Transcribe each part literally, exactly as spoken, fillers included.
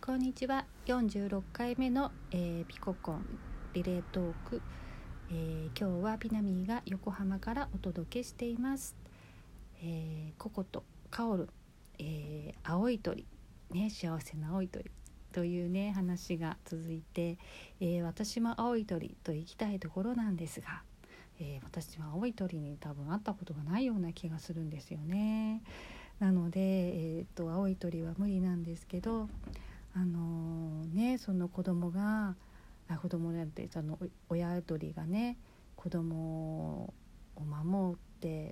こんにちは。よんじゅうろっかいめの、えー、ピココンリレートーク、えー、今日はピナミーが横浜からお届けしています。えー、ココとカオル、えー、青い鳥、ね、幸せな青い鳥というね話が続いて、えー、私も青い鳥と行きたいところなんですが、えー、私は青い鳥に多分会ったことがないような気がするんですよね。なので、えー、と青い鳥は無理なんですけど、あのー、ねその子供があ子供なんてその親鳥がね子供を守って、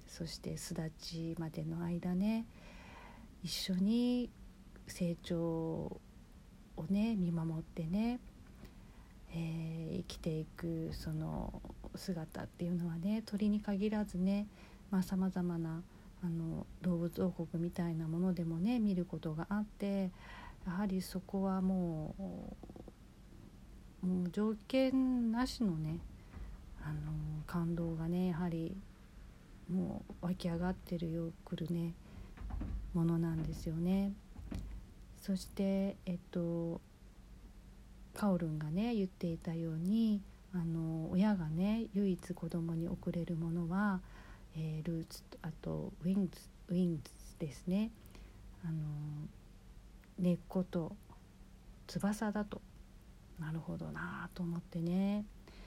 そして巣立ちまでの間ね一緒に成長をね見守ってね、えー、生きていくその姿っていうのはね、鳥に限らずね、まあ、様々なあの動物王国みたいなものでもね見ることがあって、やはりそこはもう、もう条件なしのねあの感動がねやはりもう湧き上がってるよくるねものなんですよね。そしてえっとカオルンがね言っていたように、あの親がね唯一子供に贈れるものは、えー、ルーツとあとウィングスウィングスですね。あの根っこと翼だと。なるほどなと思ってね。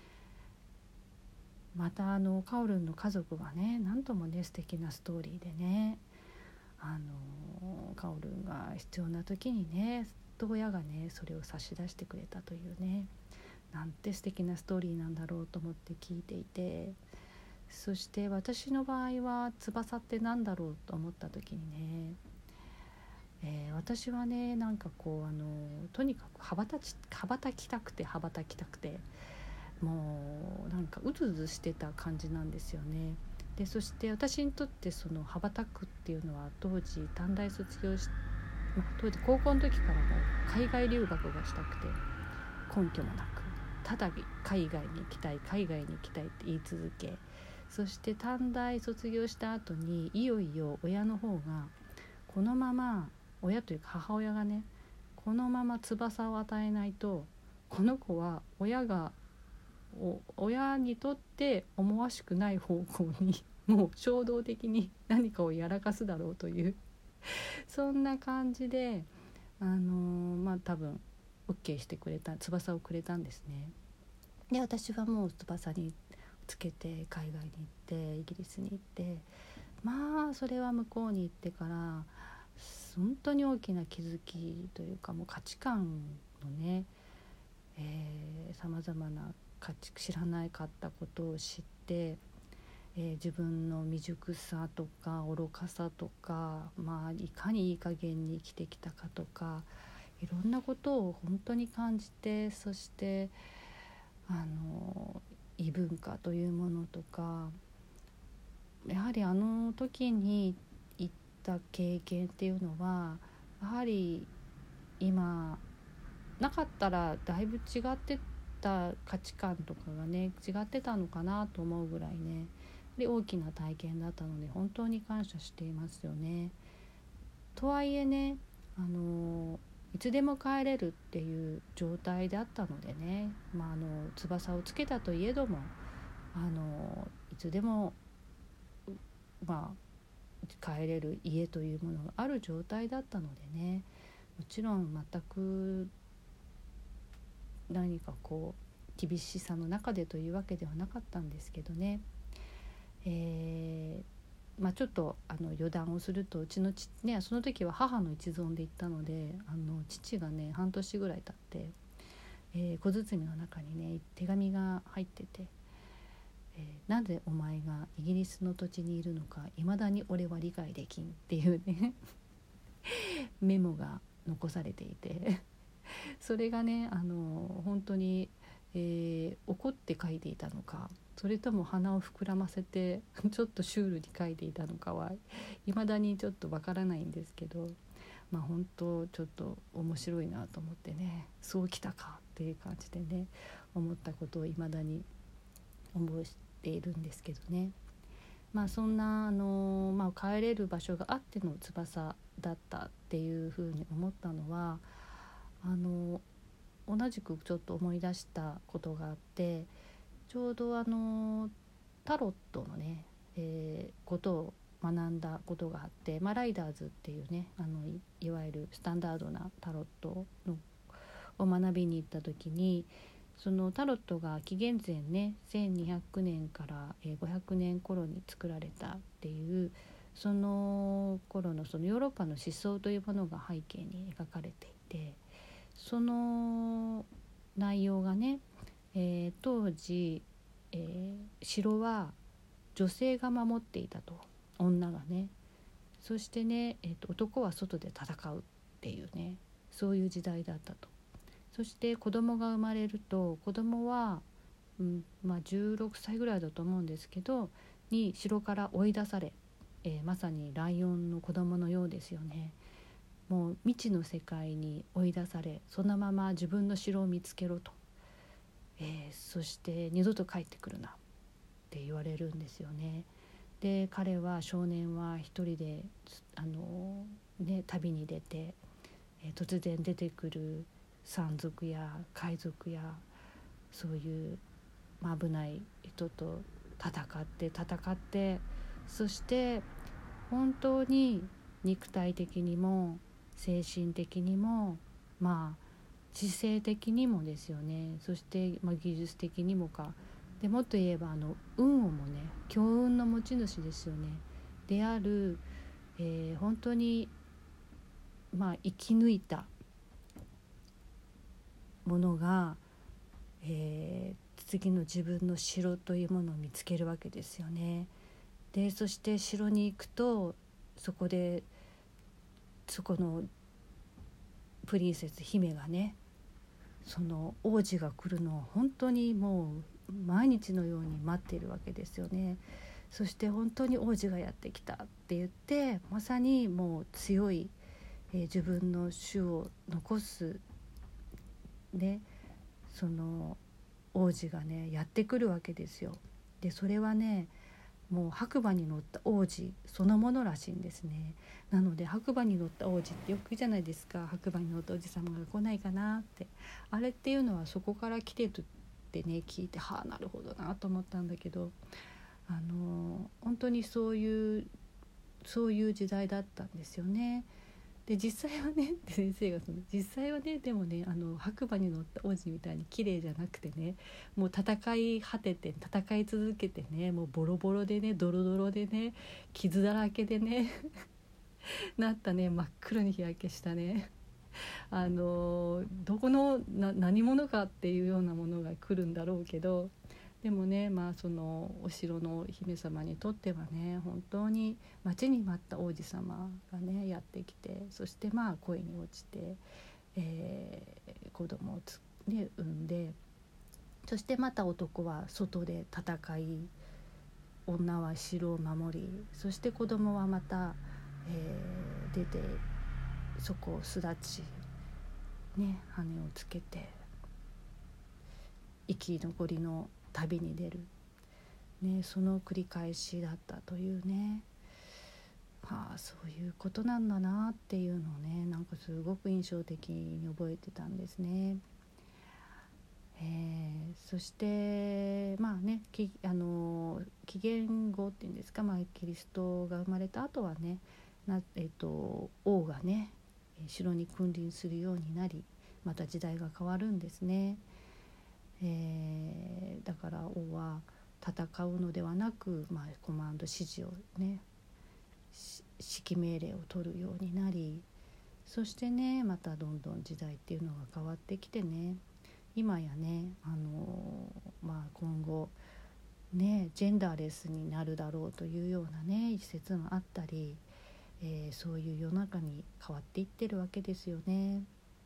またあのカオルンの家族がねなんともね素敵なストーリーでね、あのカオルンが必要な時にね親がねそれを差し出してくれたというね、なんて素敵なストーリーなんだろうと思って聞いていて、そして私の場合は翼ってなんだろうと思った時にね、えー、私はねなんかこうあのとにかく羽ばたち羽ばたきたくて羽ばたきたくてもうなんかうずうずしてた感じなんですよね。でそして私にとってその羽ばたくっていうのは当時短大卒業し、まあ、当時高校の時からも海外留学がしたくて根拠もなくただ海外に行きたい海外に行きたいって言い続け、そして短大卒業した後にいよいよ親の方がこのまま親というか母親がねこのまま翼を与えないとこの子は親が親にとって思わしくない方向にもう衝動的に何かをやらかすだろうというそんな感じであのー、まあ多分 OK してくれた翼をくれたんですね。で私はもう翼につけて海外に行ってイギリスに行って、まあそれは向こうに行ってから本当に大きな気づきというか、もう価値観のねさまざまな価値知らなかったことを知って、えー、自分の未熟さとか愚かさとか、まあ、いかにいい加減に生きてきたかとかいろんなことを本当に感じて、そしてあの異文化というものとか、やはりあの時に行った経験っていうのはやはり今なかったらだいぶ違ってた価値観とかがね違ってたのかなと思うぐらいねで大きな体験だったので本当に感謝していますよね。とはいえね、あのいつでも帰れるっていう状態であったのでね、まあ、あの翼をつけたといえどもあのいつでもまあ帰れる家というものがある状態だったのでね、もちろん全く何かこう厳しさの中でというわけではなかったんですけどね、えーまあ、ちょっとあの余談をするとうちの父、ね、その時は母の一存で行ったので、あの父がね半年ぐらい経って、えー、小包の中にね手紙が入ってて、えー、なぜお前がイギリスの土地にいるのかいまだに俺は理解できんっていうねメモが残されていてそれがねあの本当に、えー、怒って書いていたのか、それとも鼻を膨らませてちょっとシュールに書いていたのかは未だにちょっとわからないんですけど、まあ本当ちょっと面白いなと思ってね、そうきたかっていう感じでね思ったことを未だに覚えているんですけどね。まあそんなあの、まあ、帰れる場所があっての翼だったっていうふうに思ったのは、 あの同じくちょっと思い出したことがあって、ちょうどあのタロットのね、えー、ことを学んだことがあって、まあ、ライダーズっていうね、あの い, いわゆるスタンダードなタロットのを学びに行った時に、そのタロットが紀元前ねせんにひゃくねんからごひゃくねん頃に作られたっていう、その頃のそのヨーロッパの思想というものが背景に描かれていて、その内容がね、えー、当時、えー、城は女性が守っていたと、女がね。そしてね、えーと、男は外で戦うっていうね、そういう時代だったと。そして子供が生まれると、子供は、うんまあ、じゅうろくさいぐらいだと思うんですけどに城から追い出され、えー、まさにライオンの子供のようですよね。もう未知の世界に追い出され、そのまま自分の城を見つけろと、えー、そして二度と帰ってくるなって言われるんですよね。で彼は少年は一人であの、ね、旅に出て、えー、突然出てくる山賊や海賊やそういう、まあ、危ない人と戦って戦って、そして本当に肉体的にも精神的にも、まあ知性的にもですよね。そして、まあ、技術的にもかで、もっと言えばあの運をもね、強運の持ち主ですよね。である、えー、本当に、まあ、生き抜いたものが、えー、次の自分の城というものを見つけるわけですよね。でそして城に行くと、そこでそこのプリンセス姫がね、その王子が来るのを本当にもう毎日のように待っているわけですよね。そして本当に王子がやってきたって言って、まさにもう強い、えー、自分の種を残すね、その王子がねやってくるわけですよ。でそれはね、もう白馬に乗った王子そのものらしいんですね。なので白馬に乗った王子ってよく言うじゃないですか。白馬に乗った王子様が来ないかなって、あれっていうのはそこから来てるってね聞いて、はあなるほどなと思ったんだけど、あの本当にそういうそういう時代だったんですよね。で実際はねって先生がその実際はねでもね、あの白馬に乗った王子みたいに綺麗じゃなくてね、もう戦い果てて戦い続けてね、もうボロボロでね、ドロドロでね、傷だらけでねなったね、真っ黒に日焼けしたね、あのどこのな何者かっていうようなものが来るんだろうけど、でもね、まあそのお城の姫様にとってはね、本当に待ちに待った王子様がねやってきて、そしてまあ恋に落ちて、えー、子供をつ、ね、産んで、そしてまた男は外で戦い、女は城を守り、そして子供はまた、えー、出てそこを巣立ち、ね、羽をつけて生き残りの旅に出る、ね、その繰り返しだったというね、はあ、そういうことなんだなっていうのをね、なんかすごく印象的に覚えてたんですね。えー、そしてまあね、きあの紀元後っていうんですか、まあ、キリストが生まれた後はね、な、えーと、王がね城に君臨するようになり、また時代が変わるんですね。えー、だから王は戦うのではなく、まあ、コマンド指示をね、指揮命令を取るようになり、そしてねまたどんどん時代っていうのが変わってきてね、今やね、あのーまあ、今後ねジェンダーレスになるだろうというようなね一説があったり、えー、そういう世の中に変わっていってるわけですよね。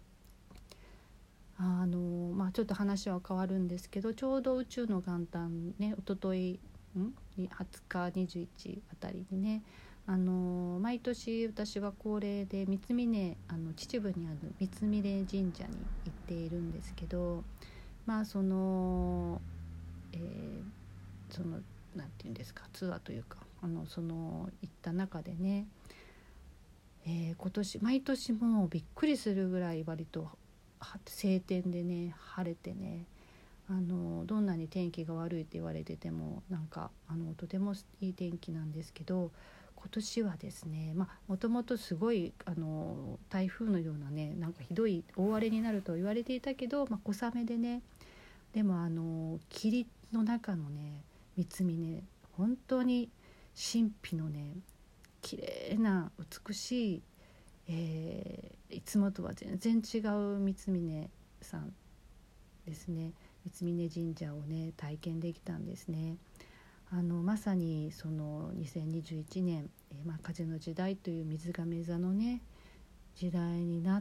あのまあ、ちょっと話は変わるんですけど、ちょうど宇宙の元旦ね、おとといんはつかにじゅういちあたりにね、あの毎年私は恒例で三峯、あの秩父にある三峯神社に行っているんですけど、まあその、えー、そのなんていうんですか、ツアーというか、あのその行った中でね、えー、今年毎年もうびっくりするぐらい割と晴天でね晴れてね、あのどんなに天気が悪いって言われててもなんかあのとてもいい天気なんですけど、今年はですね、まあもともとすごいあの台風のようなねなんかひどい大荒れになると言われていたけど、まあ、小雨でね、でもあの霧の中のね三つ峰、本当に神秘のね綺麗な美しい、えーいつもとは全然違う三峰さんですね、三峯神社をね体験できたんですね。あのまさにそのにせんにじゅういちねん、えーまあ、風の時代という水亀座のね時代になって、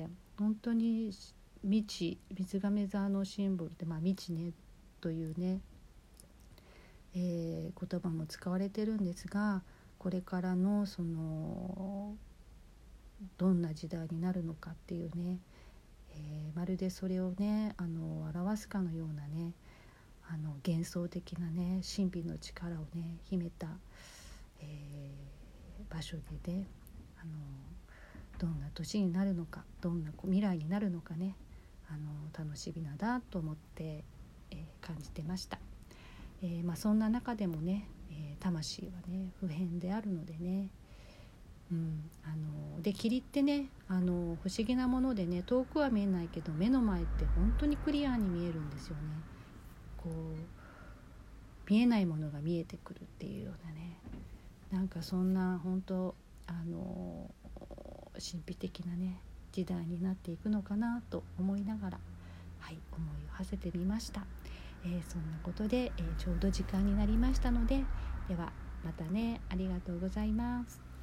本当に未知、水亀座のシンボルで、まあ、未知ねというね、えー言葉も使われてるんですが、これからのそのどんな時代になるのかっていうね、えーまるでそれをねあの表すかのようなね、あの幻想的なね神秘の力をね秘めた、えー場所でね、あのどんな年になるのか、どんな未来になるのかね、あの楽しみだなと思って、えー感じてました。えーまあ、そんな中でもね、えー魂はね不変であるのでね、うん、あので霧ってねあの不思議なものでね、遠くは見えないけど目の前って本当にクリアに見えるんですよね。こう見えないものが見えてくるっていうようなね、なんかそんな本当あの神秘的なね時代になっていくのかなと思いながら、はい、思いを馳せてみました。えー、そんなことで、えー、ちょうど時間になりましたので、ではまたね、ありがとうございます。